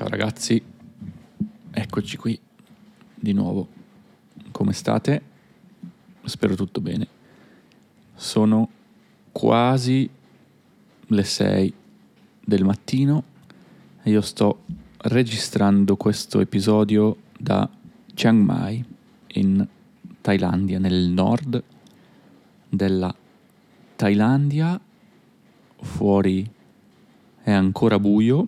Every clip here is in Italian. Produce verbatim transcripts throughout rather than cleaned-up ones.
Ciao ragazzi, eccoci qui di nuovo. Come state? Spero tutto bene. Sono quasi le sei del mattino e io sto registrando questo episodio da Chiang Mai in Thailandia, nel nord della Thailandia. Fuori è ancora buio,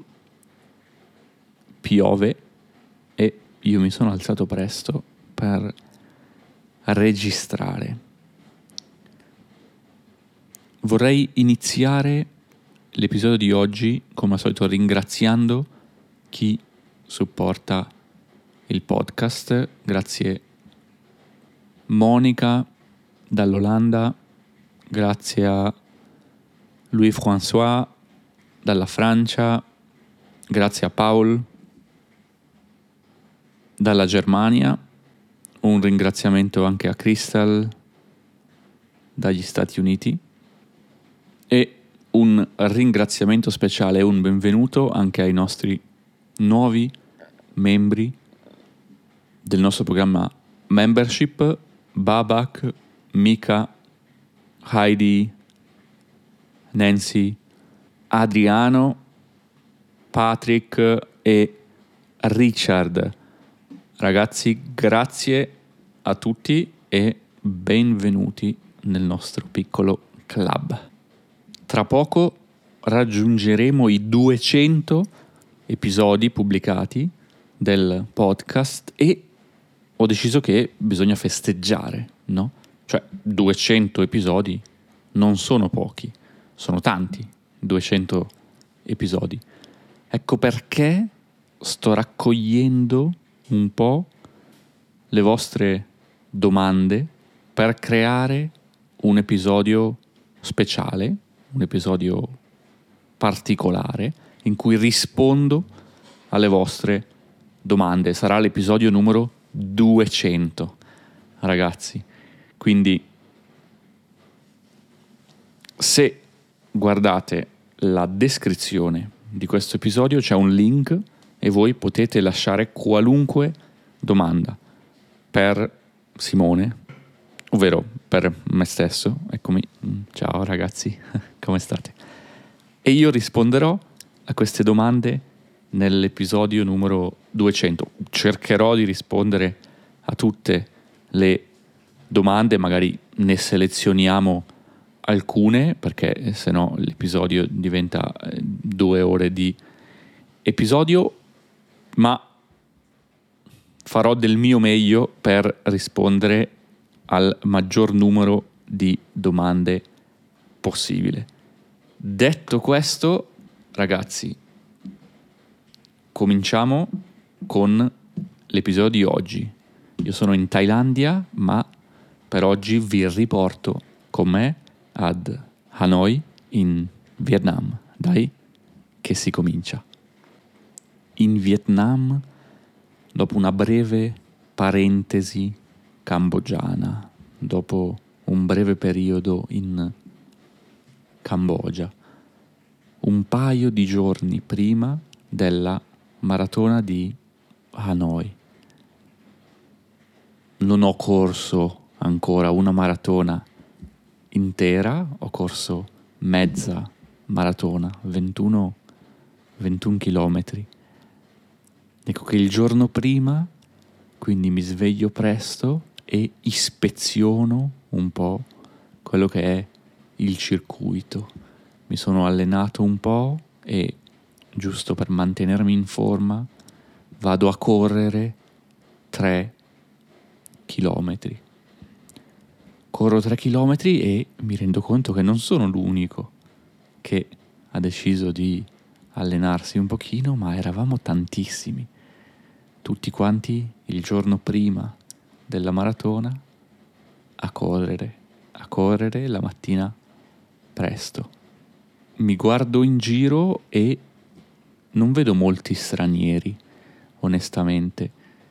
piove e io mi sono alzato presto per registrare. Vorrei iniziare l'episodio di oggi, come al solito, ringraziando chi supporta il podcast. Grazie Monica dall'Olanda, grazie a Louis-François dalla Francia, grazie a Paul dalla Germania, un ringraziamento anche a Crystal dagli Stati Uniti e un ringraziamento speciale e un benvenuto anche ai nostri nuovi membri del nostro programma Membership: Babak, Mika, Heidi, Nancy, Adriano, Patrick e Richard. Ragazzi, grazie a tutti e benvenuti nel nostro piccolo club. Tra poco raggiungeremo i duecento episodi pubblicati del podcast e ho deciso che bisogna festeggiare, no? Cioè, duecento episodi non sono pochi, sono tanti, duecento episodi. Ecco perché sto raccogliendo un po' le vostre domande per creare un episodio speciale, un episodio particolare in cui rispondo alle vostre domande. Sarà l'episodio numero duecento, ragazzi. Quindi se guardate la descrizione di questo episodio c'è un link e voi potete lasciare qualunque domanda per Simone, ovvero per me stesso. Eccomi, ciao ragazzi, come state? E io risponderò a queste domande nell'episodio numero duecento. Cercherò di rispondere a tutte le domande, magari ne selezioniamo alcune, perché se no l'episodio diventa due ore di episodio, ma farò del mio meglio per rispondere al maggior numero di domande possibile. Detto questo, ragazzi, cominciamo con l'episodio di oggi. Io sono in Thailandia, ma per oggi vi riporto con me ad Hanoi in Vietnam. Dai, che si comincia. In Vietnam, dopo una breve parentesi cambogiana, dopo un breve periodo in Cambogia, un paio di giorni prima della maratona di Hanoi. Non ho corso ancora una maratona intera, ho corso mezza maratona, ventuno, ventuno chilometri. Ecco che il giorno prima, quindi mi sveglio presto e ispeziono un po' quello che è il circuito. Mi sono allenato un po' e, giusto per mantenermi in forma, vado a correre tre chilometri. Corro tre chilometri e mi rendo conto che non sono l'unico che ha deciso di allenarsi un pochino, ma eravamo tantissimi. Tutti quanti il giorno prima della maratona a correre, a correre la mattina presto. Mi guardo in giro e non vedo molti stranieri, onestamente.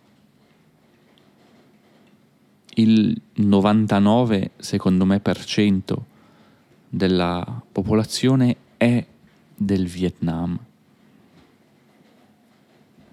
Il novantanove, secondo me, per cento della popolazione è del Vietnam.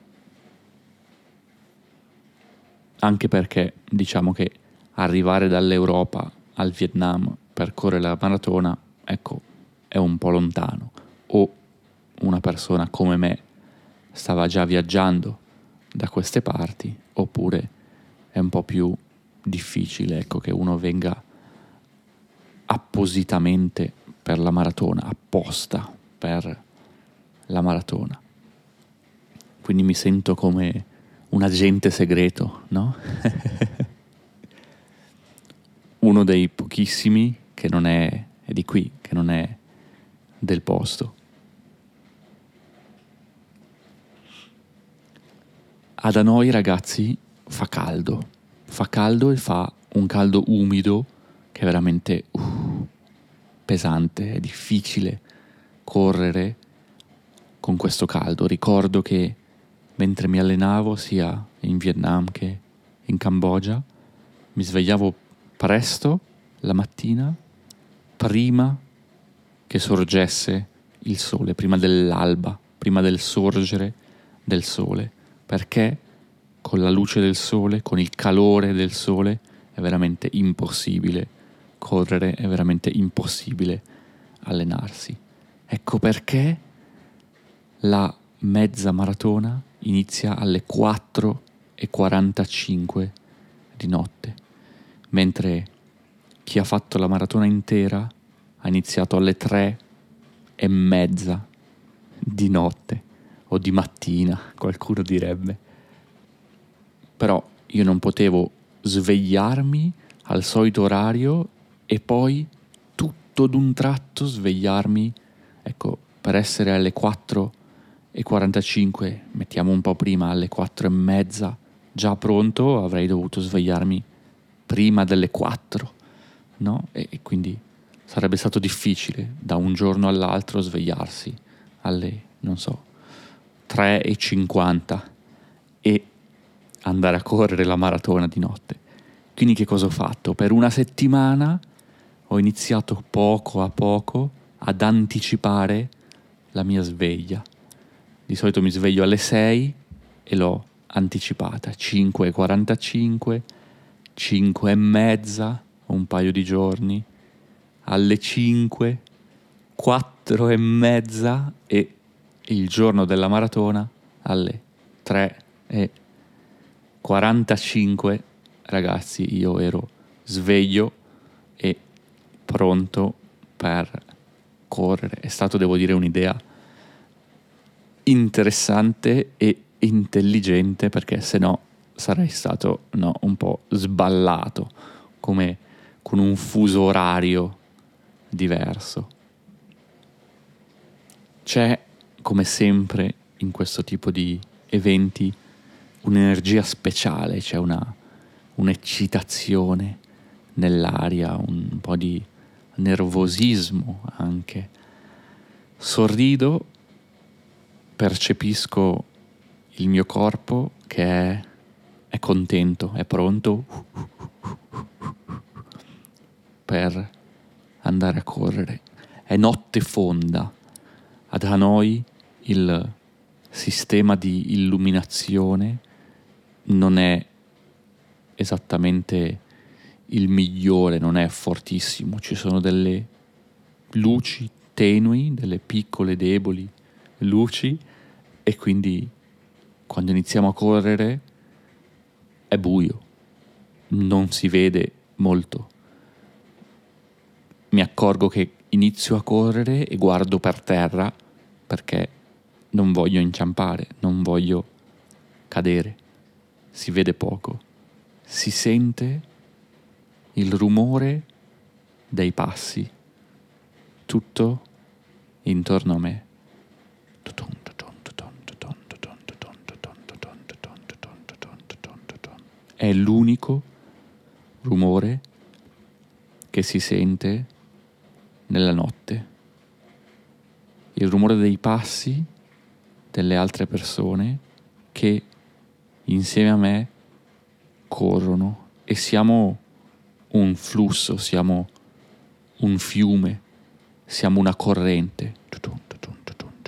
anche perché diciamo che arrivare dall'Europa al Vietnam per correre la maratona, ecco, è un po' lontano. O una persona come me stava già viaggiando da queste parti, oppure è un po' più difficile, ecco, che uno venga appositamente per la maratona, apposta per la maratona. Quindi mi sento come un agente segreto, no? Uno dei pochissimi che non è, è di qui, che non è del posto. Ah, da noi ragazzi fa caldo, fa caldo e fa un caldo umido che è veramente uh, pesante, è difficile correre con questo caldo. Ricordo che mentre mi allenavo sia in Vietnam che in Cambogia mi svegliavo presto la mattina, prima che sorgesse il sole, prima dell'alba, prima del sorgere del sole, perché con la luce del sole, con il calore del sole, è veramente impossibile correre, è veramente impossibile allenarsi. Ecco perché la mezza maratona inizia alle quattro e quarantacinque di notte, mentre chi ha fatto la maratona intera ha iniziato alle tre e mezza di notte o di mattina, qualcuno direbbe. Però io non potevo svegliarmi al solito orario e poi tutto d'un tratto svegliarmi, ecco, per essere alle quattro e quarantacinque, mettiamo un po' prima, alle quattro e mezza, già pronto, avrei dovuto svegliarmi prima delle quattro, no? E, e quindi sarebbe stato difficile da un giorno all'altro svegliarsi alle, non so, tre e cinquanta e andare a correre la maratona di notte. Quindi che cosa ho fatto? Per una settimana ho iniziato poco a poco ad anticipare la mia sveglia. Di solito mi sveglio alle sei e l'ho anticipata, cinque e quarantacinque, cinque e mezza, un paio di giorni, alle cinque, quattro e mezza e il giorno della maratona alle tre e quarantacinque, ragazzi, io ero sveglio e pronto per correre. È stato, devo dire, un'idea interessante e intelligente, perché se no sarei stato no, un po' sballato, come con un fuso orario diverso. C'è, come sempre in questo tipo di eventi, un'energia speciale, c'è una un'eccitazione nell'aria, un po' di nervosismo anche. Sorrido, percepisco il mio corpo che è, è contento, è pronto per andare a correre. È notte fonda. Ad Hanoi il sistema di illuminazione non è esattamente il migliore, non è fortissimo, ci sono delle luci tenui, delle piccole deboli luci, e quindi quando iniziamo a correre è buio, non si vede molto. Mi accorgo che inizio a correre e guardo per terra perché non voglio inciampare, non voglio cadere. Si vede poco. Si sente il rumore dei passi, tutto intorno a me. È l'unico rumore che si sente nella notte. Il rumore dei passi delle altre persone che insieme a me corrono, e siamo un flusso, siamo un fiume, siamo una corrente.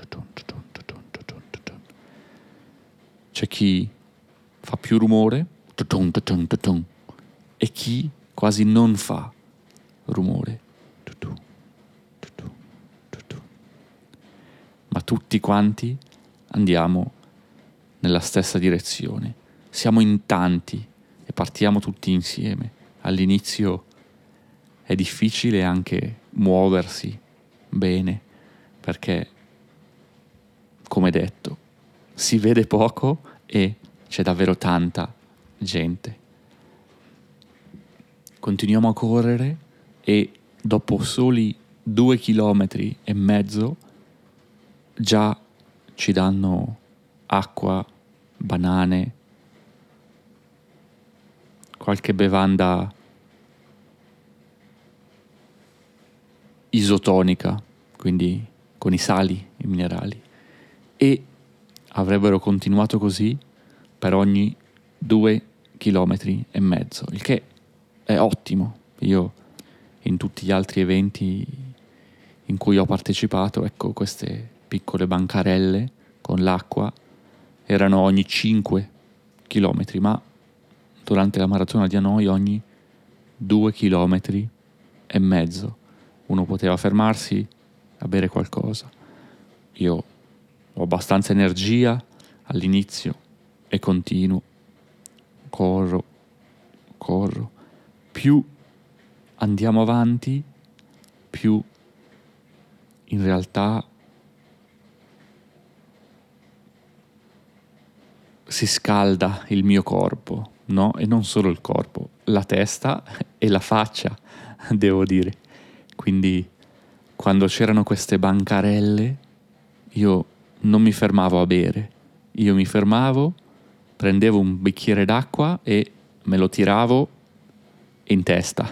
C'è chi fa più rumore, tutun, tutun, tutun, e chi quasi non fa rumore. Tutun, tutun, tutun. Ma tutti quanti andiamo nella stessa direzione. Siamo in tanti e partiamo tutti insieme. All'inizio è difficile anche muoversi bene, perché, come detto, si vede poco e c'è davvero tanta gente. Continuiamo a correre e dopo soli due chilometri e mezzo già ci danno acqua, banane, qualche bevanda isotonica, quindi con i sali, i minerali, e avrebbero continuato così per ogni due chilometri e mezzo, il che è ottimo. Io in tutti gli altri eventi in cui ho partecipato, ecco, queste piccole bancarelle con l'acqua erano ogni cinque chilometri, ma durante la maratona di Hanoi ogni due chilometri e mezzo uno poteva fermarsi a bere qualcosa. Io ho abbastanza energia all'inizio e continuo, corro, corro. Più andiamo avanti, più in realtà si scalda il mio corpo, no? E non solo il corpo, la testa e la faccia, devo dire. Quindi quando c'erano queste bancarelle io non mi fermavo a bere, io mi fermavo, prendevo un bicchiere d'acqua e me lo tiravo in testa.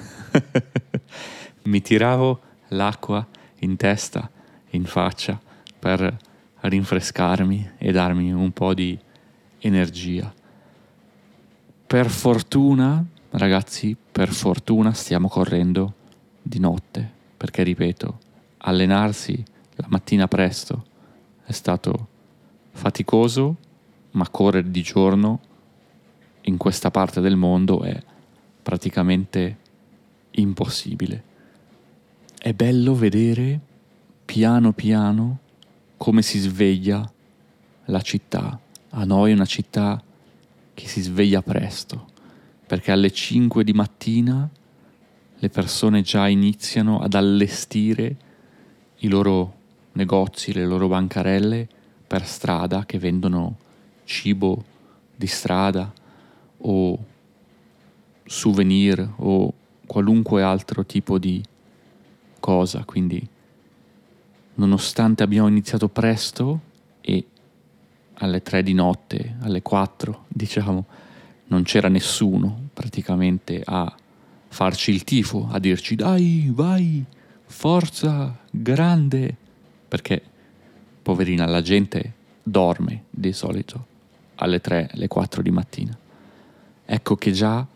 Mi tiravo l'acqua in testa, in faccia, per rinfrescarmi e darmi un po' di energia. Per fortuna, ragazzi, per fortuna stiamo correndo di notte, perché ripeto, allenarsi la mattina presto è stato faticoso, ma correre di giorno in questa parte del mondo è praticamente impossibile. È bello vedere piano piano come si sveglia la città. Hanoi è una città che si sveglia presto, perché alle cinque di mattina le persone già iniziano ad allestire i loro negozi, le loro bancarelle per strada che vendono cibo di strada o souvenir o qualunque altro tipo di cosa. Quindi, nonostante abbiamo iniziato presto e alle tre di notte, alle quattro, diciamo, non c'era nessuno praticamente a farci il tifo, a dirci dai, vai, forza, grande, perché poverina la gente dorme di solito alle tre, alle quattro di mattina. Ecco che già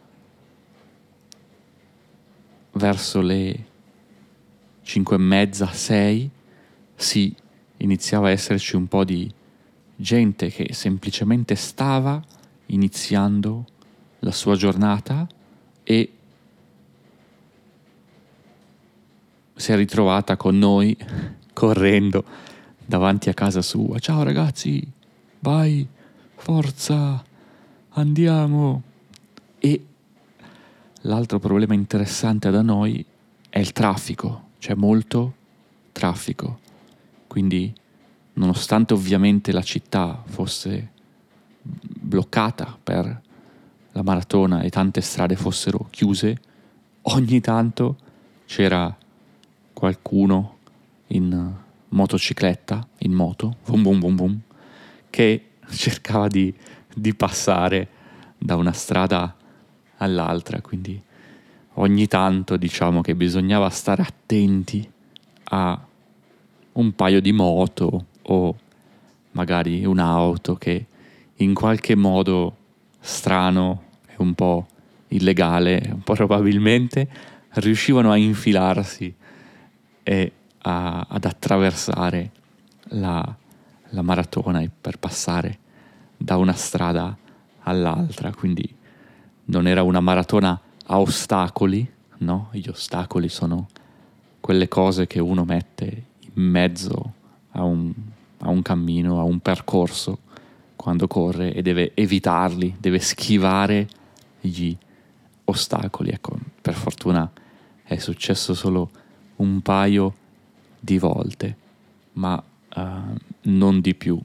verso le cinque e mezza, sei, sì, iniziava a esserci un po' di gente che semplicemente stava iniziando la sua giornata e si è ritrovata con noi correndo davanti a casa sua. Ciao ragazzi, vai, forza, andiamo. E l'altro problema interessante da noi è il traffico, c'è molto traffico, quindi nonostante ovviamente la città fosse bloccata per la maratona e tante strade fossero chiuse, ogni tanto c'era qualcuno in motocicletta, in moto, vum vum vum vum, che cercava di, di passare da una strada all'altra, quindi ogni tanto diciamo che bisognava stare attenti a un paio di moto o magari un'auto che in qualche modo strano e un po' illegale, un po' probabilmente, riuscivano a infilarsi e a, ad attraversare la, la maratona e per passare da una strada all'altra. Quindi non era una maratona a ostacoli, no? Gli ostacoli sono quelle cose che uno mette in mezzo a un, a un cammino, a un percorso quando corre e deve evitarli, deve schivare gli ostacoli. Ecco, per fortuna è successo solo un paio di volte, ma uh, non di più.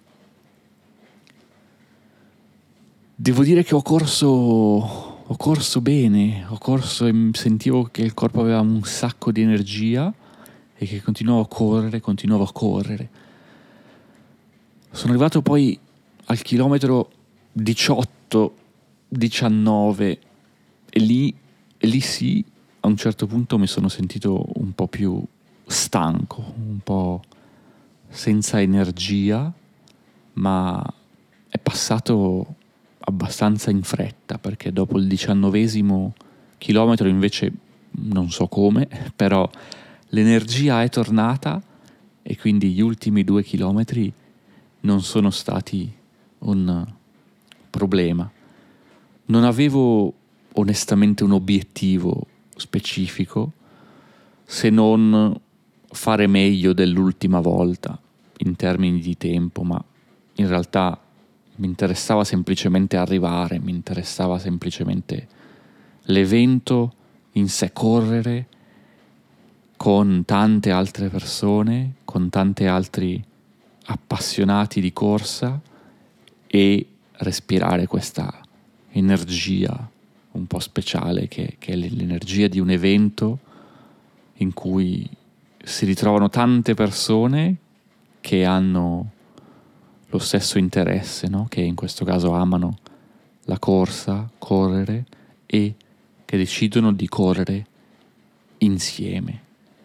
Devo dire che ho corso, ho corso bene, ho corso e sentivo che il corpo aveva un sacco di energia e che continuavo a correre, continuavo a correre. Sono arrivato poi al chilometro diciotto diciannove e lì, e lì sì, a un certo punto mi sono sentito un po' più stanco, un po' senza energia, ma è passato abbastanza in fretta, perché dopo il diciannovesimo chilometro invece non so come, però l'energia è tornata e quindi gli ultimi due chilometri non sono stati un problema. Non avevo onestamente un obiettivo specifico se non fare meglio dell'ultima volta in termini di tempo, ma in realtà mi interessava semplicemente arrivare, mi interessava semplicemente l'evento in sé, correre con tante altre persone, con tanti altri appassionati di corsa e respirare questa energia un po' speciale che, che è l'energia di un evento in cui si ritrovano tante persone che hanno lo stesso interesse, no? Che in questo caso amano la corsa, correre e che decidono di correre insieme,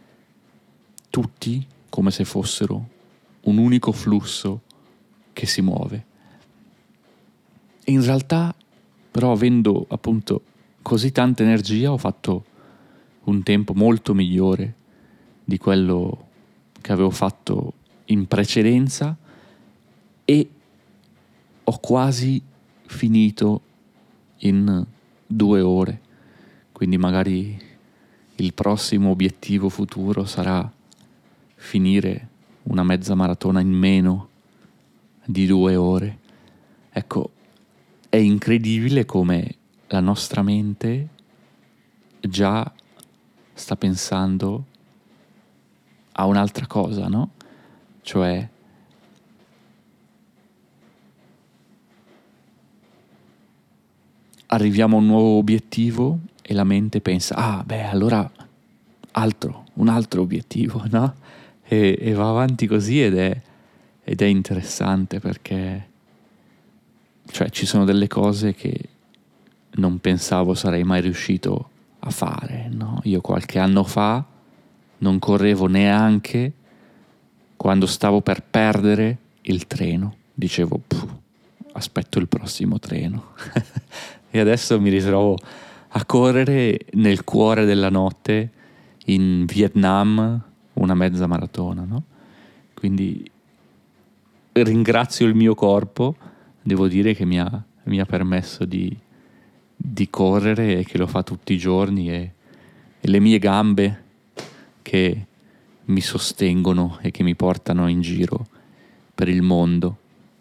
tutti come se fossero un unico flusso che si muove. E in realtà, però, avendo appunto così tanta energia, ho fatto un tempo molto migliore di quello che avevo fatto in precedenza e ho quasi finito in due ore. Quindi magari il prossimo obiettivo futuro sarà finire una mezza maratona in meno di due ore. Ecco, è incredibile come la nostra mente già sta pensando a un'altra cosa, no? Cioè arriviamo a un nuovo obiettivo e la mente pensa, ah beh, allora altro, un altro obiettivo, no? E, e va avanti così ed è, ed è interessante perché cioè ci sono delle cose che non pensavo sarei mai riuscito a fare, no? Io qualche anno fa non correvo neanche quando stavo per perdere il treno. Dicevo, aspetto il prossimo treno. E adesso mi ritrovo a correre nel cuore della notte in Vietnam una mezza maratona, no? Quindi ringrazio il mio corpo, devo dire che mi ha, mi ha permesso di, di correre e che lo fa tutti i giorni e, e le mie gambe che mi sostengono e che mi portano in giro per il mondo.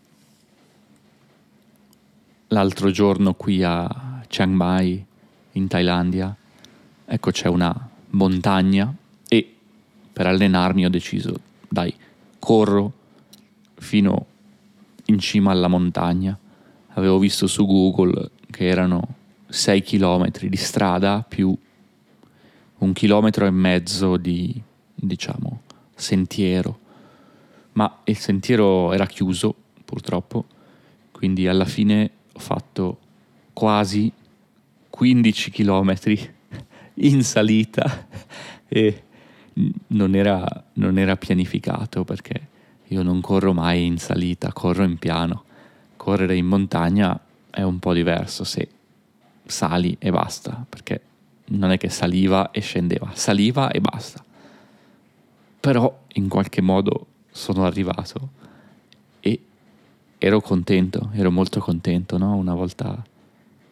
L'altro giorno qui a Chiang Mai, in Thailandia, ecco c'è una montagna e per allenarmi ho deciso, dai, corro fino in cima alla montagna. Avevo visto su Google che erano sei chilometri di strada più un chilometro e mezzo di, diciamo, sentiero, ma il sentiero era chiuso purtroppo, quindi alla fine ho fatto quasi quindici chilometri in salita e non era, non era pianificato perché io non corro mai in salita, corro in piano. Correre in montagna è un po' diverso se sali e basta, perché non è che saliva e scendeva, saliva e basta. Però in qualche modo sono arrivato e ero contento, ero molto contento, no? Una volta,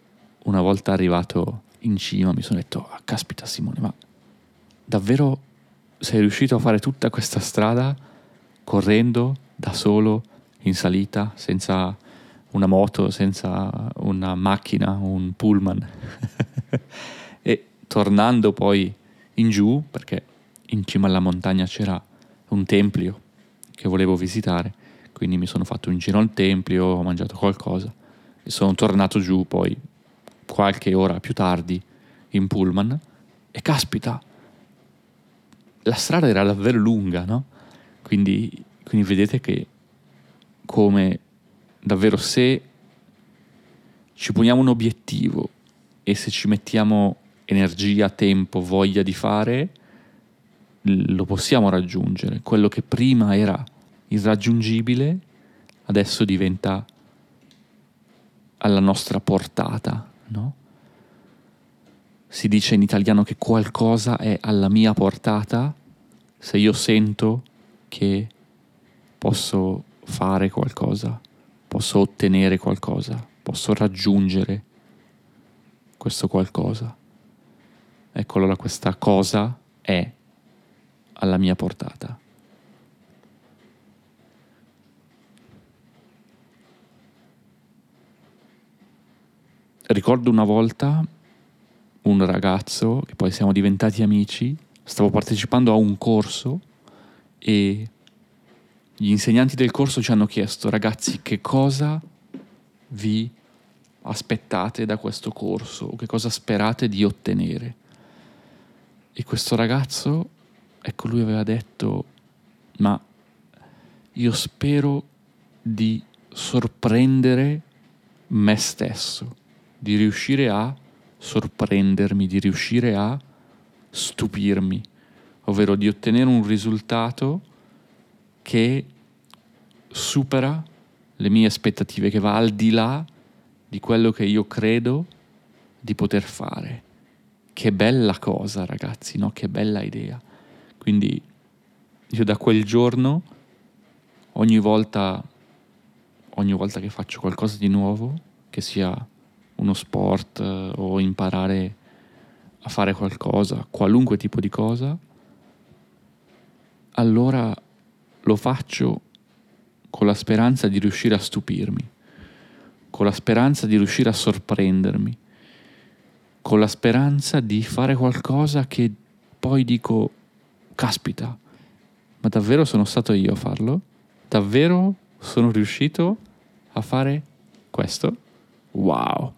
una volta arrivato in cima mi sono detto, ah, caspita Simone, ma davvero sei riuscito a fare tutta questa strada correndo da solo in salita, senza una moto, senza una macchina, un pullman? E tornando poi in giù, perché in cima alla montagna c'era un tempio che volevo visitare, quindi mi sono fatto un giro al tempio, ho mangiato qualcosa e sono tornato giù poi qualche ora più tardi in pullman e caspita, la strada era davvero lunga, no? Quindi, quindi vedete che come davvero se ci poniamo un obiettivo e se ci mettiamo energia, tempo, voglia di fare, lo possiamo raggiungere. Quello che prima era irraggiungibile adesso diventa alla nostra portata, no? Si dice in italiano che qualcosa è alla mia portata se io sento che posso fare qualcosa, posso ottenere qualcosa, posso raggiungere questo qualcosa. Ecco, allora questa cosa è alla mia portata. Ricordo una volta un ragazzo, che poi siamo diventati amici, stavo partecipando a un corso e gli insegnanti del corso ci hanno chiesto, ragazzi, che cosa vi aspettate da questo corso o che cosa sperate di ottenere? E questo ragazzo, ecco, lui aveva detto, ma io spero di sorprendere me stesso, di riuscire a sorprendermi, di riuscire a stupirmi, ovvero di ottenere un risultato che supera le mie aspettative, che va al di là di quello che io credo di poter fare. Che bella cosa, ragazzi, no? Che bella idea. Quindi io da quel giorno, ogni volta, ogni volta che faccio qualcosa di nuovo, che sia uno sport eh, o imparare a fare qualcosa, qualunque tipo di cosa, allora lo faccio con la speranza di riuscire a stupirmi, con la speranza di riuscire a sorprendermi, con la speranza di fare qualcosa che poi dico, caspita, ma davvero sono stato io a farlo? Davvero sono riuscito a fare questo? Wow!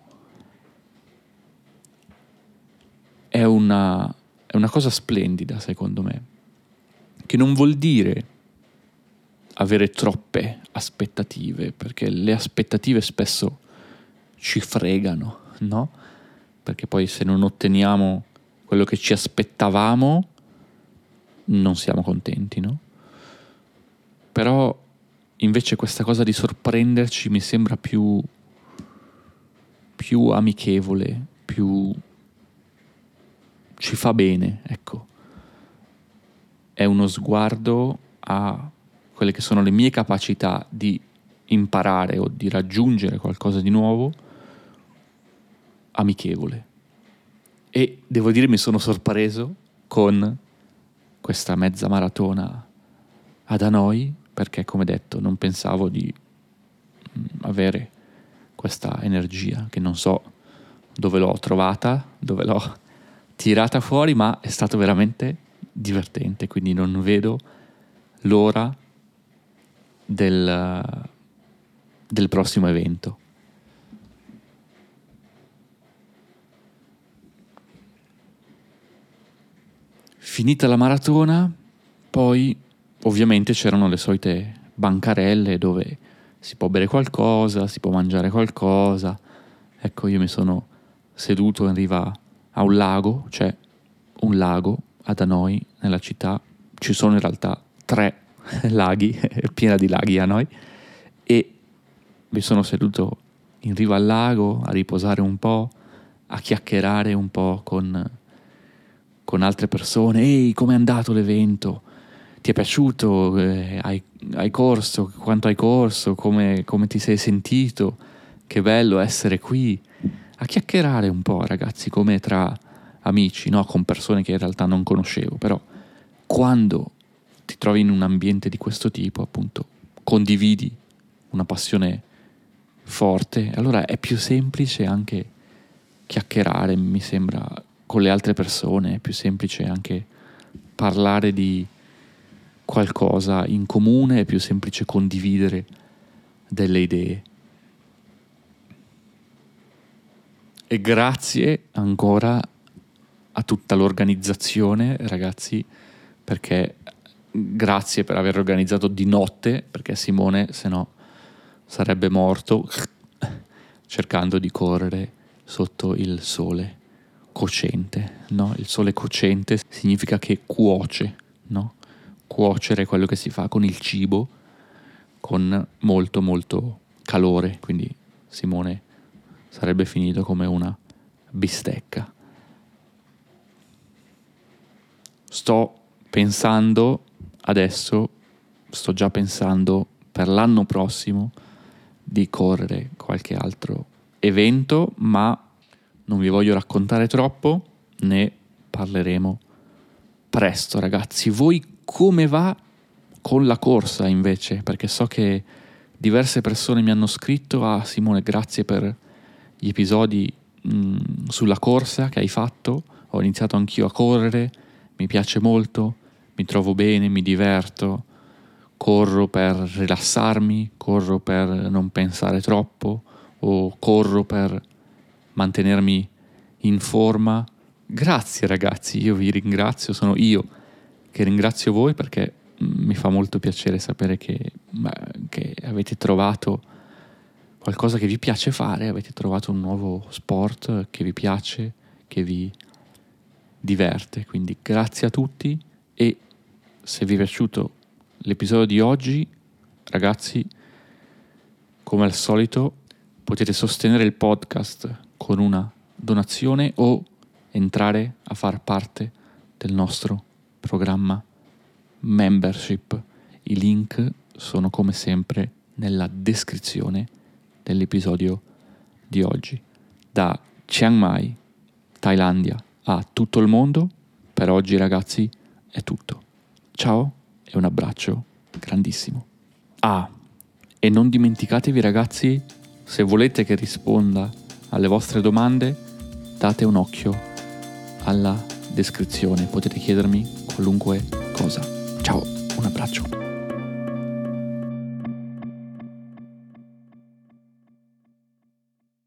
È una, è una cosa splendida, secondo me, che non vuol dire avere troppe aspettative, perché le aspettative spesso ci fregano, no? Perché poi se non otteniamo quello che ci aspettavamo, non siamo contenti, no? Però invece questa cosa di sorprenderci mi sembra più, più amichevole, più ci fa bene, ecco. È uno sguardo a quelle che sono le mie capacità di imparare o di raggiungere qualcosa di nuovo, amichevole. E devo dire mi sono sorpreso con questa mezza maratona ad Hanoi, perché come detto non pensavo di mh, avere questa energia, che non so dove l'ho trovata, dove l'ho tirata fuori, ma è stato veramente divertente, quindi non vedo l'ora del, del prossimo evento. Finita la maratona, poi ovviamente c'erano le solite bancarelle dove si può bere qualcosa, si può mangiare qualcosa. Ecco, io mi sono seduto in riva a un lago, c'è un lago ad Hanoi, nella città. Ci sono in realtà tre laghi, è piena di laghi a Hanoi, e mi sono seduto in riva al lago a riposare un po', a chiacchierare un po' con, con altre persone. Ehi, com'è andato l'evento? Ti è piaciuto? Eh, hai, hai corso? Quanto hai corso? Come, come ti sei sentito? Che bello essere qui. a chiacchierare un po', ragazzi, come tra amici, no? Con persone che in realtà non conoscevo, però quando ti trovi in un ambiente di questo tipo, appunto, condividi una passione forte, allora è più semplice anche chiacchierare, mi sembra, con le altre persone, è più semplice anche parlare di qualcosa in comune, è più semplice condividere delle idee. E grazie ancora a tutta l'organizzazione, ragazzi, perché grazie per aver organizzato di notte, perché Simone se no sarebbe morto cercando di correre sotto il sole cocente, no? Il sole cocente significa che cuoce, no? Cuocere è quello che si fa con il cibo con molto molto calore, quindi Simone sarebbe finito come una bistecca. Sto pensando adesso, sto già pensando per l'anno prossimo di correre qualche altro evento, ma non vi voglio raccontare troppo, ne parleremo presto, ragazzi. Voi come va con la corsa invece? Perché so che diverse persone mi hanno scritto: ah Simone, grazie per gli episodi mh, sulla corsa che hai fatto, ho iniziato anch'io a correre, mi piace molto, mi trovo bene, mi diverto, corro per rilassarmi, corro per non pensare troppo o corro per mantenermi in forma. Grazie ragazzi, io vi ringrazio, sono io che ringrazio voi, perché mi fa molto piacere sapere che, che avete trovato qualcosa che vi piace fare, avete trovato un nuovo sport che vi piace, che vi diverte. Quindi grazie a tutti, e se vi è piaciuto l'episodio di oggi, ragazzi, come al solito potete sostenere il podcast con una donazione o entrare a far parte del nostro programma membership. I link sono come sempre nella descrizione dell'episodio di oggi. Da Chiang Mai, Thailandia, a tutto il mondo, per oggi ragazzi è tutto. Ciao e un abbraccio grandissimo. Ah, e non dimenticatevi ragazzi, se volete che risponda alle vostre domande, date un occhio alla descrizione, potete chiedermi qualunque cosa. Ciao, un abbraccio.